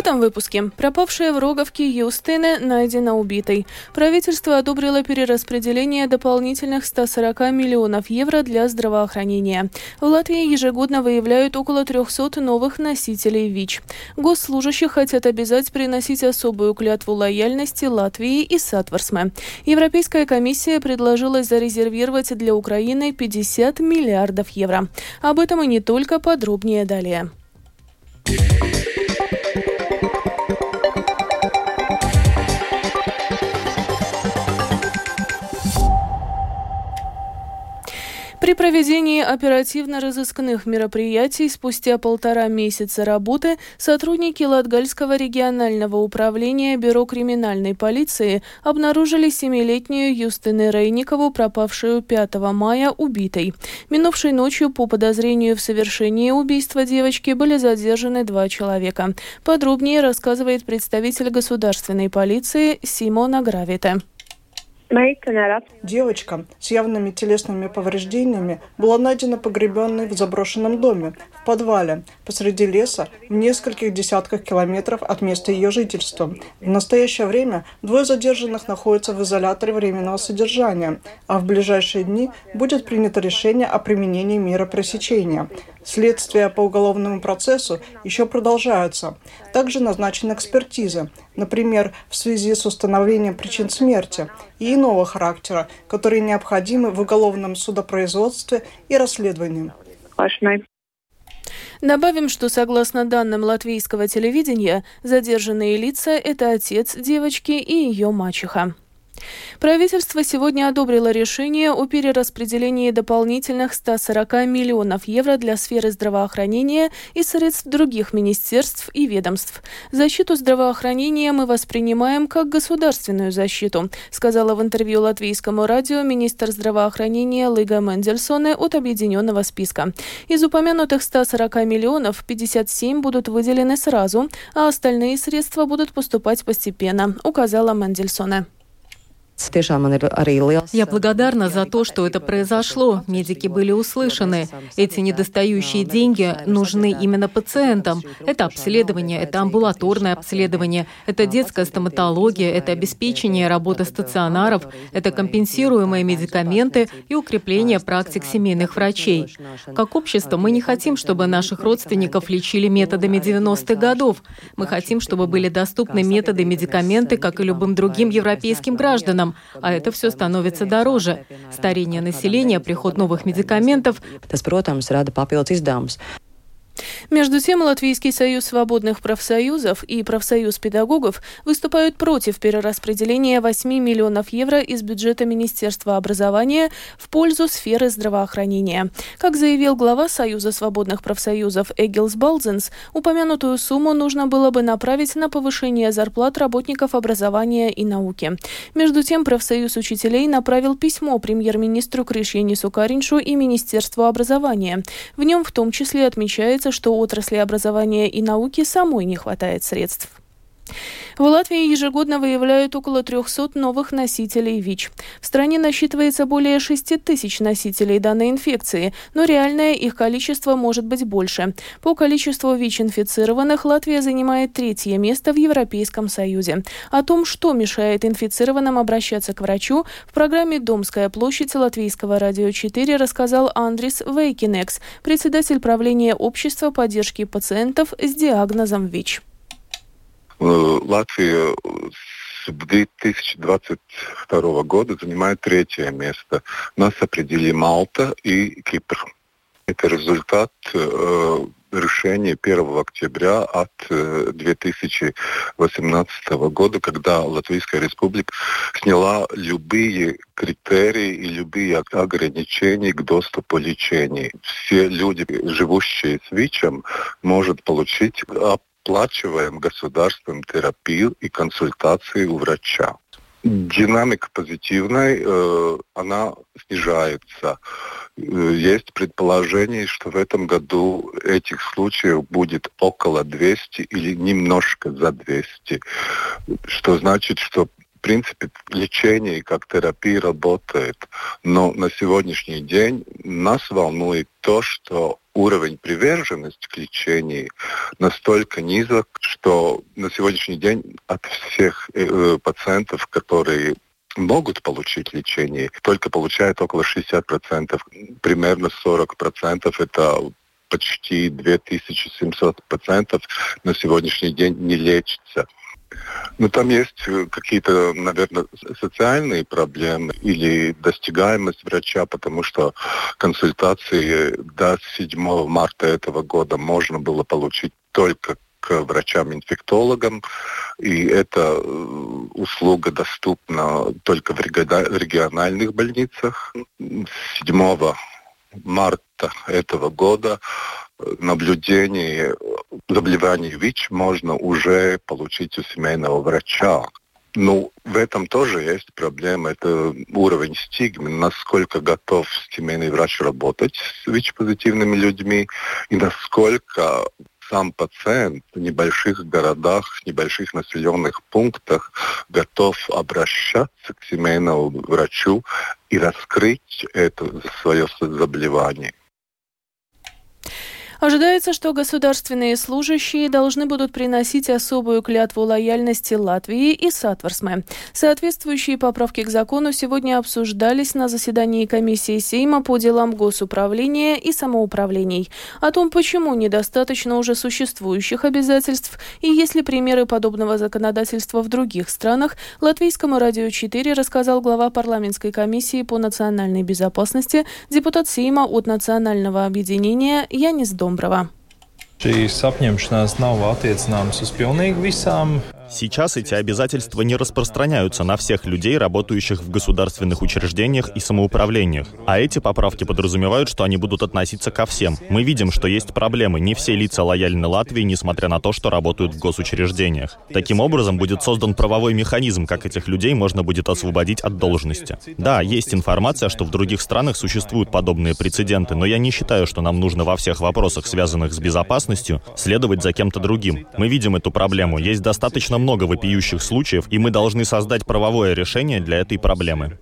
этом выпуске. Пропавшая в Роговке Юстина найдена убитой. Правительство одобрило перераспределение дополнительных 140 миллионов евро для здравоохранения. В Латвии ежегодно выявляют около 300 новых носителей ВИЧ. Госслужащих хотят обязать приносить особую клятву лояльности Латвии и Сатварсме. Европейская комиссия предложила зарезервировать для Украины 50 миллиардов евро. Об этом и не только, подробнее далее. При проведении оперативно-розыскных мероприятий спустя 1,5 месяца работы сотрудники Латгальского регионального управления Бюро криминальной полиции обнаружили 7-летнюю Юстину Рейникову, пропавшую 5 мая, убитой. Минувшей ночью по подозрению в совершении убийства девочки были задержаны 2 человека. Подробнее рассказывает представитель государственной полиции Симона Гравите. Девочка с явными телесными повреждениями была найдена погребенной в заброшенном доме, в подвале, посреди леса, в нескольких десятках километров от места ее жительства. В настоящее время 2 задержанных находятся в изоляторе временного содержания, а в ближайшие дни будет принято решение о применении меры пресечения. Следствия по уголовному процессу еще продолжаются. Также назначены экспертизы, например, в связи с установлением причин смерти и иного характера, которые необходимы в уголовном судопроизводстве и расследовании. Добавим, что согласно данным латвийского телевидения, задержанные лица – это отец девочки и ее мачеха. Правительство сегодня одобрило решение о перераспределении дополнительных 140 миллионов евро для сферы здравоохранения и средств других министерств и ведомств. Защиту здравоохранения мы воспринимаем как государственную защиту, сказала в интервью латвийскому радио министр здравоохранения Лига Мендельсоне от Объединенного списка. Из упомянутых 140 миллионов 57 будут выделены сразу, а остальные средства будут поступать постепенно, указала Мендельсоне. Я благодарна за то, что это произошло. Медики были услышаны. Эти недостающие деньги нужны именно пациентам. Это обследование, это амбулаторное обследование, это детская стоматология, это обеспечение работы стационаров, это компенсируемые медикаменты и укрепление практик семейных врачей. Как общество мы не хотим, чтобы наших родственников лечили методами 90-х годов. Мы хотим, чтобы были доступны методы, медикаменты, как и любым другим европейским гражданам. А это все становится дороже. Старение населения, приход новых медикаментов. Между тем, Латвийский союз свободных профсоюзов и профсоюз педагогов выступают против перераспределения 8 миллионов евро из бюджета Министерства образования в пользу сферы здравоохранения. Как заявил глава Союза свободных профсоюзов Эгилс Балдзенс, упомянутую сумму нужно было бы направить на повышение зарплат работников образования и науки. Между тем, профсоюз учителей направил письмо премьер-министру Кришьянису Кариншу и Министерству образования. В нем в том числе отмечается, что отрасли образования и науки самой не хватает средств. В Латвии ежегодно выявляют около 300 новых носителей ВИЧ. В стране насчитывается более 6 тысяч носителей данной инфекции, но реальное их количество может быть больше. По количеству ВИЧ-инфицированных Латвия занимает 3-е место в Европейском Союзе. О том, что мешает инфицированным обращаться к врачу, в программе «Домская площадь» Латвийского радио 4 рассказал Андрис Вейкинекс, председатель правления общества поддержки пациентов с диагнозом ВИЧ. Латвия с 2022 года занимает 3-е место. Нас определили Малта и Кипр. Это результат решения 1 октября от 2018 года, когда Латвийская Республика сняла любые критерии и любые ограничения к доступу лечения. Все люди, живущие с ВИЧем, могут получить оплачиваем государством терапию и консультации у врача. Динамика позитивная, она снижается. Есть предположение, что в этом году этих случаев будет около 200 или немножко за 200. Что значит, что в принципе лечение как терапия работает. Но на сегодняшний день нас волнует то, что уровень приверженности к лечению настолько низок, что на сегодняшний день от всех пациентов, которые могут получить лечение, только получают около 60%. Примерно 40% это почти 2700 пациентов на сегодняшний день не лечатся. Но там есть какие-то, наверное, социальные проблемы или достигаемость врача, потому что консультации до 7 марта этого года можно было получить только к врачам-инфектологам, и эта услуга доступна только в региональных больницах. 7 марта этого года наблюдение заболеваний ВИЧ можно уже получить у семейного врача. Ну, в этом тоже есть проблема. Это уровень стигмы, насколько готов семейный врач работать с ВИЧ-позитивными людьми и насколько сам пациент в небольших городах, небольших населенных пунктах готов обращаться к семейному врачу и раскрыть это свое заболевание. Ожидается, что государственные служащие должны будут приносить особую клятву лояльности Латвии и Сатверсме. Соответствующие поправки к закону сегодня обсуждались на заседании комиссии Сейма по делам госуправления и самоуправлений. О том, почему недостаточно уже существующих обязательств и есть ли примеры подобного законодательства в других странах, Латвийскому радио 4 рассказал глава парламентской комиссии по национальной безопасности, депутат Сейма от Национального объединения Янис Домброва. Сейчас эти обязательства не распространяются на всех людей, работающих в государственных учреждениях и самоуправлениях. А эти поправки подразумевают, что они будут относиться ко всем. Мы видим, что есть проблемы. Не все лица лояльны Латвии, несмотря на то, что работают в госучреждениях. Таким образом, будет создан правовой механизм, как этих людей можно будет освободить от должности. Да, есть информация, что в других странах существуют подобные прецеденты, но я не считаю, что нам нужно во всех вопросах, связанных с безопасностью, следовать за кем-то другим. Мы видим эту проблему. Есть достаточно много вопиющих случаев, и мы должны создать правовое решение для этой проблемы.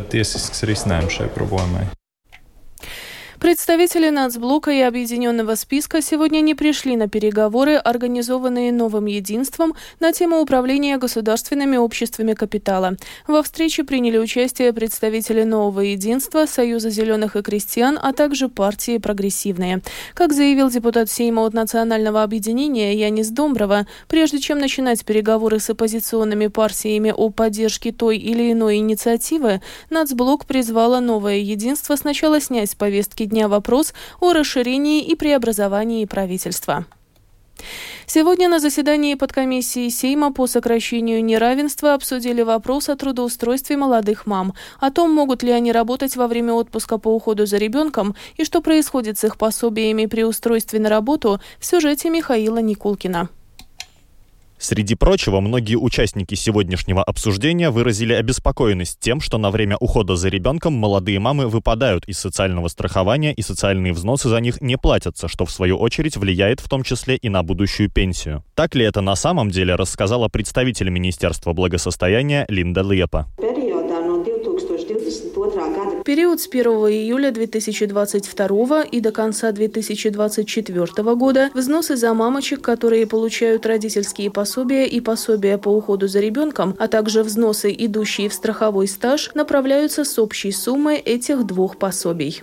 Представители Нацблока и Объединенного списка сегодня не пришли на переговоры, организованные Новым единством, на тему управления государственными обществами капитала. Во встрече приняли участие представители Нового единства, Союза зеленых и крестьян, а также партии «Прогрессивные». Как заявил депутат Сейма от Национального объединения Янис Домброва, прежде чем начинать переговоры с оппозиционными партиями о поддержке той или иной инициативы, Нацблок призвала Новое единство сначала снять с повестки дня вопрос о расширении и преобразовании правительства. Сегодня на заседании подкомиссии Сейма по сокращению неравенства обсудили вопрос о трудоустройстве молодых мам, о том, могут ли они работать во время отпуска по уходу за ребенком и что происходит с их пособиями при устройстве на работу, в сюжете Михаила Никулкина. Среди прочего, многие участники сегодняшнего обсуждения выразили обеспокоенность тем, что на время ухода за ребенком молодые мамы выпадают из социального страхования и социальные взносы за них не платятся, что в свою очередь влияет в том числе и на будущую пенсию. Так ли это на самом деле, рассказала представитель Министерства благосостояния Линда Лепа. В период с 1 июля 2022 и до конца 2024 года взносы за мамочек, которые получают родительские пособия и пособия по уходу за ребенком, а также взносы, идущие в страховой стаж, направляются с общей суммы этих двух пособий.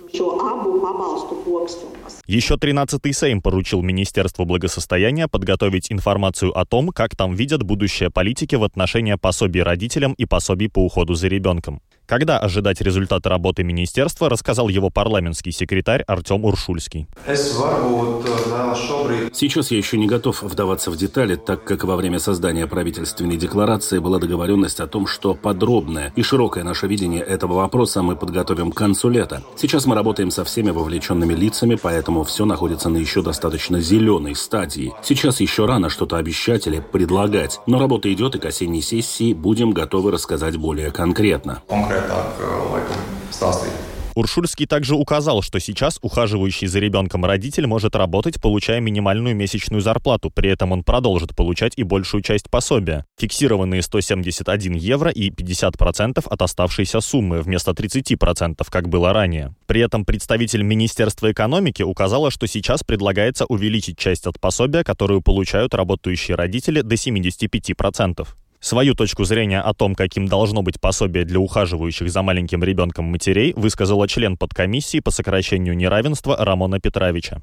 Еще 13-й Сейм поручил Министерству благосостояния подготовить информацию о том, как там видят будущее политики в отношении пособий родителям и пособий по уходу за ребенком. Когда ожидать результата работы министерства, рассказал его парламентский секретарь Артем Уршульский. Сейчас я еще не готов вдаваться в детали, так как во время создания правительственной декларации была договоренность о том, что подробное и широкое наше видение этого вопроса мы подготовим к концу лета. Сейчас мы работаем со всеми вовлеченными лицами, поэтому все находится на еще достаточно зеленой стадии. Сейчас еще рано что-то обещать или предлагать, но работа идет, и к осенней сессии будем готовы рассказать более конкретно. Уршульский также указал, что сейчас ухаживающий за ребенком родитель может работать, получая минимальную месячную зарплату, при этом он продолжит получать и большую часть пособия. Фиксированные 171 евро и 50% от оставшейся суммы вместо 30%, как было ранее. При этом представитель Министерства экономики указала, что сейчас предлагается увеличить часть от пособия, которую получают работающие родители, до 75%. Свою точку зрения о том, каким должно быть пособие для ухаживающих за маленьким ребенком матерей, высказала член подкомиссии по сокращению неравенства Рамона Петровича.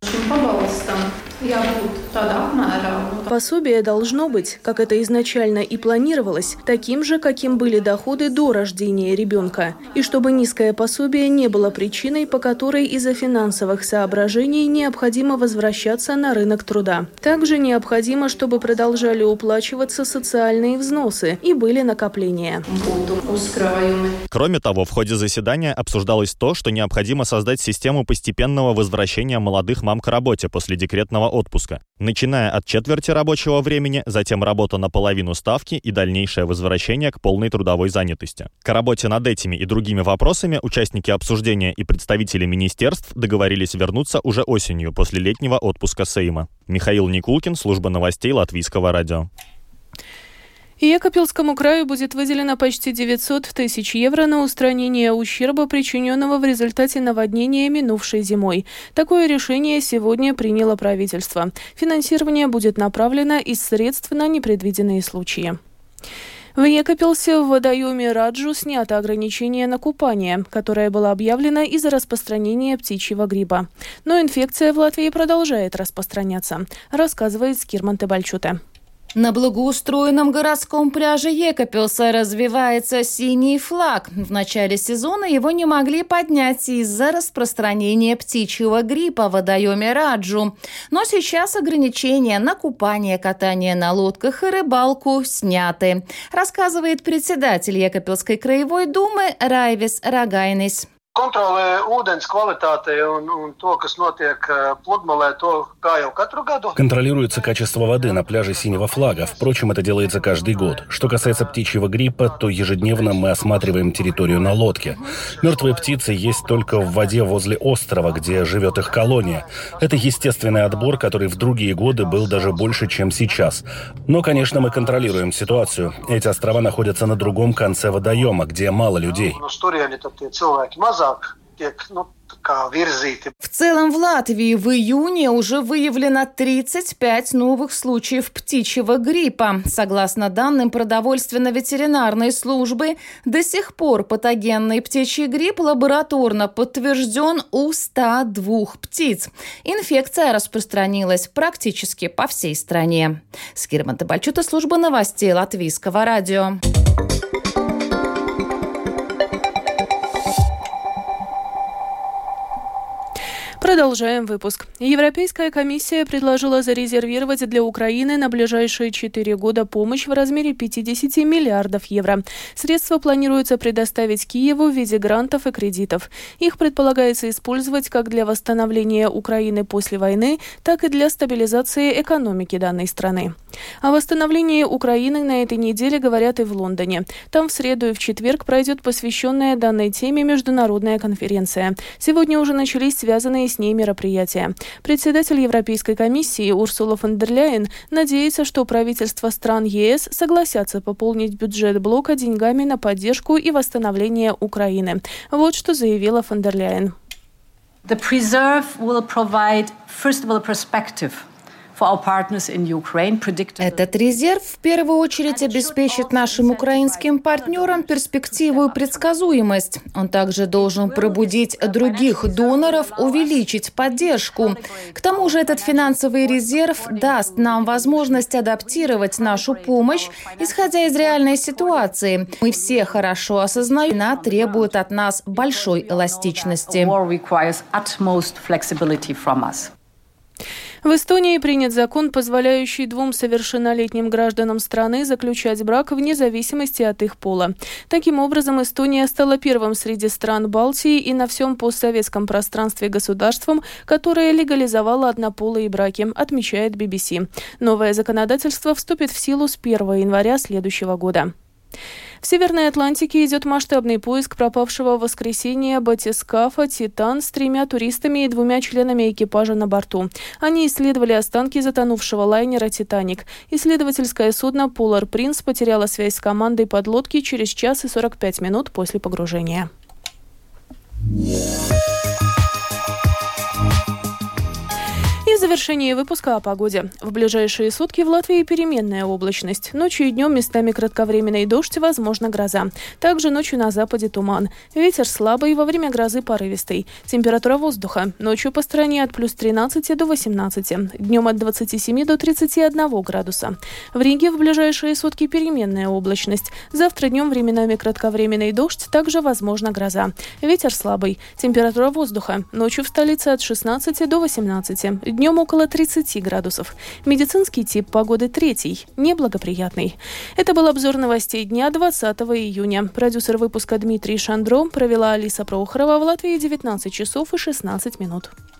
Пособие должно быть, как это изначально и планировалось, таким же, каким были доходы до рождения ребенка. И чтобы низкое пособие не было причиной, по которой из-за финансовых соображений необходимо возвращаться на рынок труда. Также необходимо, чтобы продолжали уплачиваться социальные взносы и были накопления. Кроме того, в ходе заседания обсуждалось то, что необходимо создать систему постепенного возвращения молодых мам к работе после декретного отпуска, начиная от четверти рабочего времени, затем работа на половину ставки и дальнейшее возвращение к полной трудовой занятости. К работе над этими и другими вопросами участники обсуждения и представители министерств договорились вернуться уже осенью после летнего отпуска Сейма. Михаил Никулкин, служба новостей Латвийского радио. Екапельскому краю будет выделено почти 900 тысяч евро на устранение ущерба, причиненного в результате наводнения минувшей зимой. Такое решение сегодня приняло правительство. Финансирование будет направлено из средств на непредвиденные случаи. В Екапелсе в водоеме Раджу снято ограничение на купание, которое было объявлено из-за распространения птичьего гриппа. Но инфекция в Латвии продолжает распространяться, рассказывает Скирман Тебальчуте. На благоустроенном городском пляже Екапелса развивается синий флаг. В начале сезона его не могли поднять из-за распространения птичьего гриппа в водоеме Раджу. Но сейчас ограничения на купание, катание на лодках и рыбалку сняты, рассказывает председатель Екапельской краевой думы Райвис Рагайнис. Контролируется качество воды на пляже Синего флага. Впрочем, это делается каждый год. Что касается птичьего гриппа, то ежедневно мы осматриваем территорию на лодке. Мертвые птицы есть только в воде возле острова, где живет их колония. Это естественный отбор, который в другие годы был даже больше, чем сейчас. Но, конечно, мы контролируем ситуацию. Эти острова находятся на другом конце водоема, где мало людей. В целом в Латвии в июне уже выявлено 35 новых случаев птичьего гриппа. Согласно данным продовольственно-ветеринарной службы, до сих пор патогенный птичий грипп лабораторно подтвержден у 102 птиц. Инфекция распространилась практически по всей стране. Скирман Тебальчуте, служба новостей Латвийского радио. Продолжаем выпуск. Европейская комиссия предложила зарезервировать для Украины на ближайшие 4 года помощь в размере 50 миллиардов евро. Средства планируется предоставить Киеву в виде грантов и кредитов. Их предполагается использовать как для восстановления Украины после войны, так и для стабилизации экономики данной страны. О восстановлении Украины на этой неделе говорят и в Лондоне. Там в среду и в четверг пройдет посвященная данной теме международная конференция. Сегодня уже начались связанные с ней мероприятия. Председатель Европейской комиссии Урсула фон дер Ляйен надеется, что правительства стран ЕС согласятся пополнить бюджет блока деньгами на поддержку и восстановление Украины. Вот что заявила фон дер Ляйен. The preserve will provide, first of all, a perspective. Этот резерв в первую очередь обеспечит нашим украинским партнерам перспективу и предсказуемость. Он также должен пробудить других доноров, увеличить поддержку. К тому же этот финансовый резерв даст нам возможность адаптировать нашу помощь, исходя из реальной ситуации. Мы все хорошо осознаем, она требует от нас большой эластичности. В Эстонии принят закон, позволяющий 2 совершеннолетним гражданам страны заключать брак вне зависимости от их пола. Таким образом, Эстония стала первым среди стран Балтии и на всем постсоветском пространстве государством, которое легализовало однополые браки, отмечает BBC. Новое законодательство вступит в силу с 1 января следующего года. В Северной Атлантике идет масштабный поиск пропавшего в воскресенье батискафа «Титан» с 3 туристами и 2 членами экипажа на борту. Они исследовали останки затонувшего лайнера «Титаник». Исследовательское судно «Polar Prince» потеряло связь с командой подлодки через 1 час и 45 минут после погружения. И в завершении выпуска о погоде. В ближайшие сутки в Латвии переменная облачность. Ночью и днем местами кратковременный дождь, возможно гроза. Также ночью на западе туман. Ветер слабый, во время грозы порывистый. Температура воздуха. Ночью по стране от плюс 13 до 18. Днем от 27 до 31 градуса. В Риге в ближайшие сутки переменная облачность. Завтра днем временами кратковременный дождь, также возможно гроза. Ветер слабый. Температура воздуха. Ночью в столице от 16 до 18. Днем около 30 градусов. Медицинский тип погоды 3, неблагоприятный. Это был обзор новостей дня 20 июня. Продюсер выпуска Дмитрий Шандро, провела Алиса Прохорова. В Латвии 19 часов и 16 минут.